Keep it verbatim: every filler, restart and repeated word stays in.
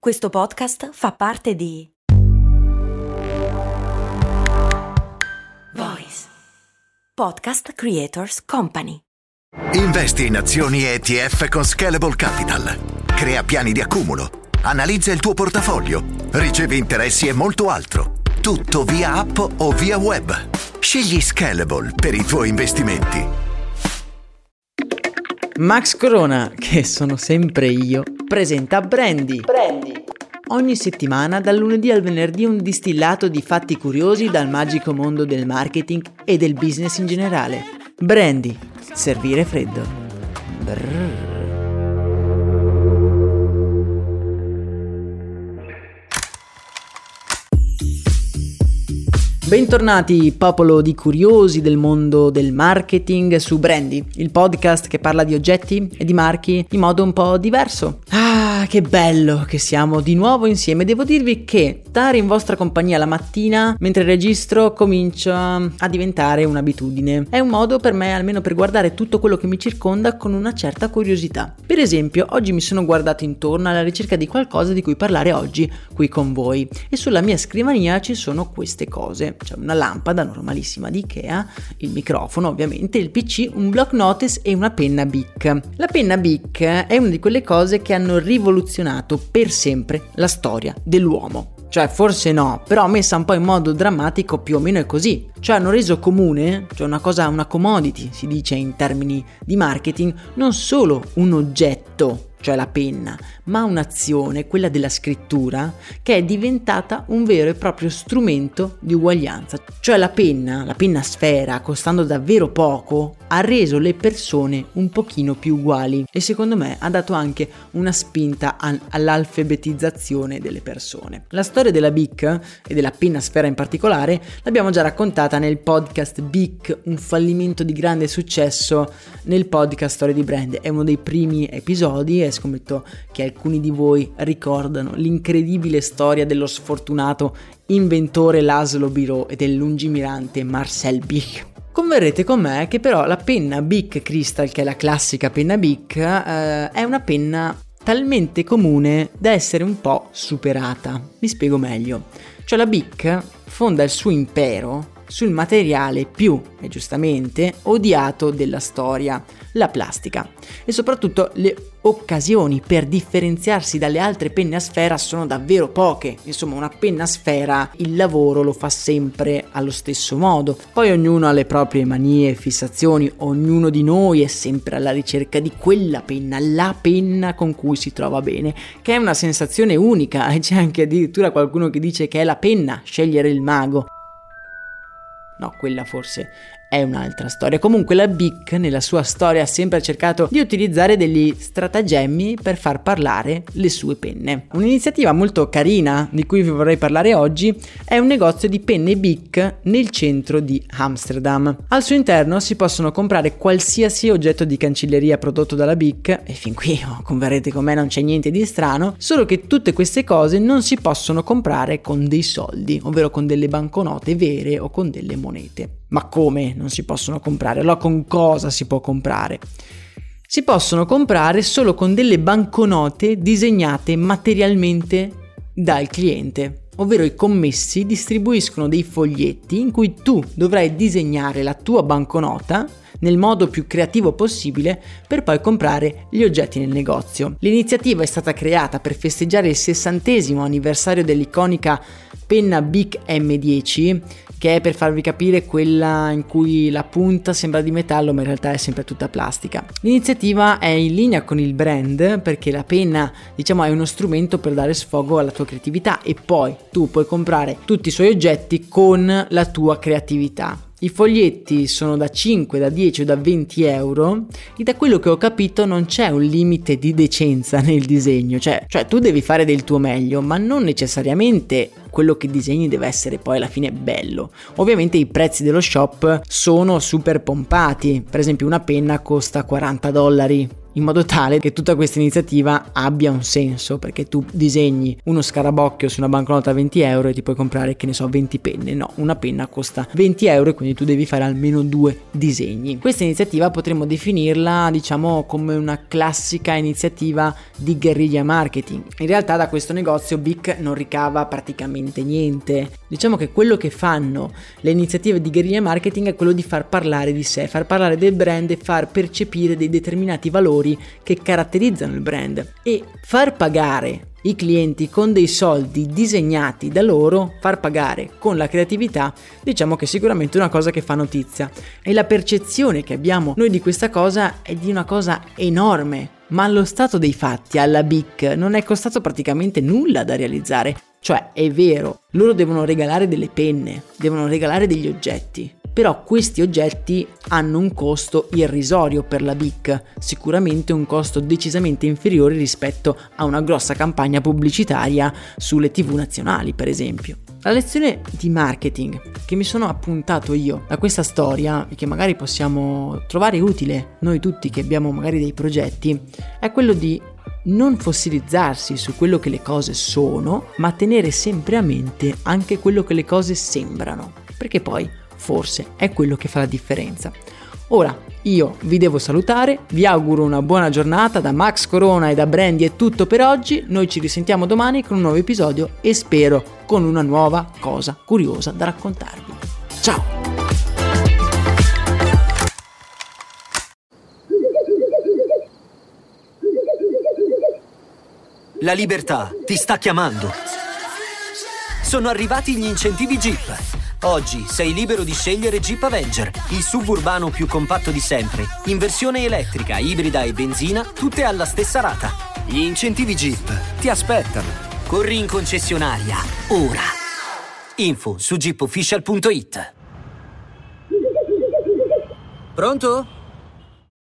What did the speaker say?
Questo podcast fa parte di Voice Podcast Creators Company. Investi in azioni e E T F con Scalable Capital. Crea piani di accumulo. Analizza il tuo portafoglio. Ricevi interessi e molto altro. Tutto via app o via web. Scegli Scalable per i tuoi investimenti. Max Corona, che sono sempre io, presenta Brandy. Brandy. Ogni settimana, dal lunedì al venerdì, un distillato di fatti curiosi dal magico mondo del marketing e del business in generale. Brandy. Servire freddo. Brrr. Bentornati popolo di curiosi del mondo del marketing su Brandy, il podcast che parla di oggetti e di marchi in modo un po' diverso. Ah, che bello che siamo di nuovo insieme. Devo dirvi che stare in vostra compagnia la mattina mentre registro comincia a diventare un'abitudine. È un modo per me, almeno per guardare tutto quello che mi circonda con una certa curiosità. Per esempio, oggi mi sono guardato intorno alla ricerca di qualcosa di cui parlare oggi qui con voi e sulla mia scrivania ci sono queste cose. C'è una lampada normalissima di Ikea, il microfono ovviamente, il P C, un block notice e una penna Bic. La penna Bic è una di quelle cose che hanno rivoluzionato per sempre la storia dell'uomo. Cioè forse no, però messa un po' in modo drammatico più o meno è così. Cioè hanno reso comune, cioè una cosa, una commodity si dice in termini di marketing, non solo un oggetto, cioè la penna, ma un'azione, quella della scrittura, che è diventata un vero e proprio strumento di uguaglianza. Cioè la penna, la penna sfera, costando davvero poco, ha reso le persone un pochino più uguali e secondo me ha dato anche una spinta a- all'alfabetizzazione delle persone. La storia della Bic e della penna sfera in particolare l'abbiamo già raccontata nel podcast Bic, un fallimento di grande successo, nel podcast Storie di Brand. È uno dei primi episodi e scommetto che alcuni di voi ricordano l'incredibile storia dello sfortunato inventore Laszlo Biró e del lungimirante Marcel Bic. Converrete con me che però la penna Bic Crystal, che è la classica penna Bic, eh, è una penna talmente comune da essere un po' superata. Mi spiego meglio. Cioè la Bic fonda il suo impero sul materiale più, e giustamente, odiato della storia, la plastica. E soprattutto le occasioni per differenziarsi dalle altre penne a sfera sono davvero poche. Insomma, una penna a sfera il lavoro lo fa sempre allo stesso modo. Poi ognuno ha le proprie manie e fissazioni, ognuno di noi è sempre alla ricerca di quella penna, la penna con cui si trova bene, che è una sensazione unica, e c'è anche addirittura qualcuno che dice che è la penna scegliere il mago. No, quella forse è un'altra storia. Comunque la Bic nella sua storia ha sempre cercato di utilizzare degli stratagemmi per far parlare le sue penne. Un'iniziativa molto carina di cui vi vorrei parlare oggi è un negozio di penne Bic nel centro di Amsterdam. Al suo interno si possono comprare qualsiasi oggetto di cancelleria prodotto dalla Bic e fin qui, oh, converrete con me, non c'è niente di strano, solo che tutte queste cose non si possono comprare con dei soldi, ovvero con delle banconote vere o con delle monete. Ma come non si possono comprare? Allora con cosa si può comprare? Si possono comprare solo con delle banconote disegnate materialmente dal cliente, ovvero i commessi distribuiscono dei foglietti in cui tu dovrai disegnare la tua banconota nel modo più creativo possibile per poi comprare gli oggetti nel negozio. L'iniziativa è stata creata per festeggiare il sessantesimo anniversario dell'iconica penna Bic M dieci, che è, per farvi capire, quella in cui la punta sembra di metallo ma in realtà è sempre tutta plastica. L'iniziativa è in linea con il brand perché la penna, diciamo, è uno strumento per dare sfogo alla tua creatività e poi tu puoi comprare tutti i suoi oggetti con la tua creatività. I foglietti sono da cinque, da dieci o da venti euro e da quello che ho capito non c'è un limite di decenza nel disegno, cioè, cioè tu devi fare del tuo meglio, ma non necessariamente quello che disegni deve essere poi alla fine bello. Ovviamente i prezzi dello shop sono super pompati, per esempio una penna costa quaranta dollari, in modo tale che tutta questa iniziativa abbia un senso, perché tu disegni uno scarabocchio su una banconota a venti euro e ti puoi comprare, che ne so, venti penne. No, una penna costa venti euro e quindi tu devi fare almeno due disegni. Questa iniziativa potremmo definirla, diciamo, come una classica iniziativa di guerriglia marketing. In realtà da questo negozio Bic non ricava praticamente niente. Diciamo che quello che fanno le iniziative di guerriglia marketing è quello di far parlare di sé, far parlare del brand e far percepire dei determinati valori che caratterizzano il brand, e far pagare i clienti con dei soldi disegnati da loro, far pagare con la creatività, diciamo che è sicuramente una cosa che fa notizia, e la percezione che abbiamo noi di questa cosa è di una cosa enorme. Ma allo stato dei fatti alla Bic non è costato praticamente nulla da realizzare. Cioè, è vero, loro devono regalare delle penne, devono regalare degli oggetti, però questi oggetti hanno un costo irrisorio per la Bic, sicuramente un costo decisamente inferiore rispetto a una grossa campagna pubblicitaria sulle tivù nazionali, per esempio. La lezione di marketing che mi sono appuntato io da questa storia, e che magari possiamo trovare utile noi tutti che abbiamo magari dei progetti, è quello di non fossilizzarsi su quello che le cose sono, ma tenere sempre a mente anche quello che le cose sembrano, perché poi forse è quello che fa la differenza. Ora io vi devo salutare, vi auguro una buona giornata. Da Max Corona e da Brandy è tutto per oggi. Noi ci risentiamo domani con un nuovo episodio e spero con una nuova cosa curiosa da raccontarvi. Ciao! La libertà ti sta chiamando. Sono arrivati gli incentivi Jeep. Oggi sei libero di scegliere Jeep Avenger, il suburbano più compatto di sempre, in versione elettrica, ibrida e benzina, tutte alla stessa rata. Gli incentivi Jeep ti aspettano. Corri in concessionaria, ora. Info su jeep official punto it. Pronto?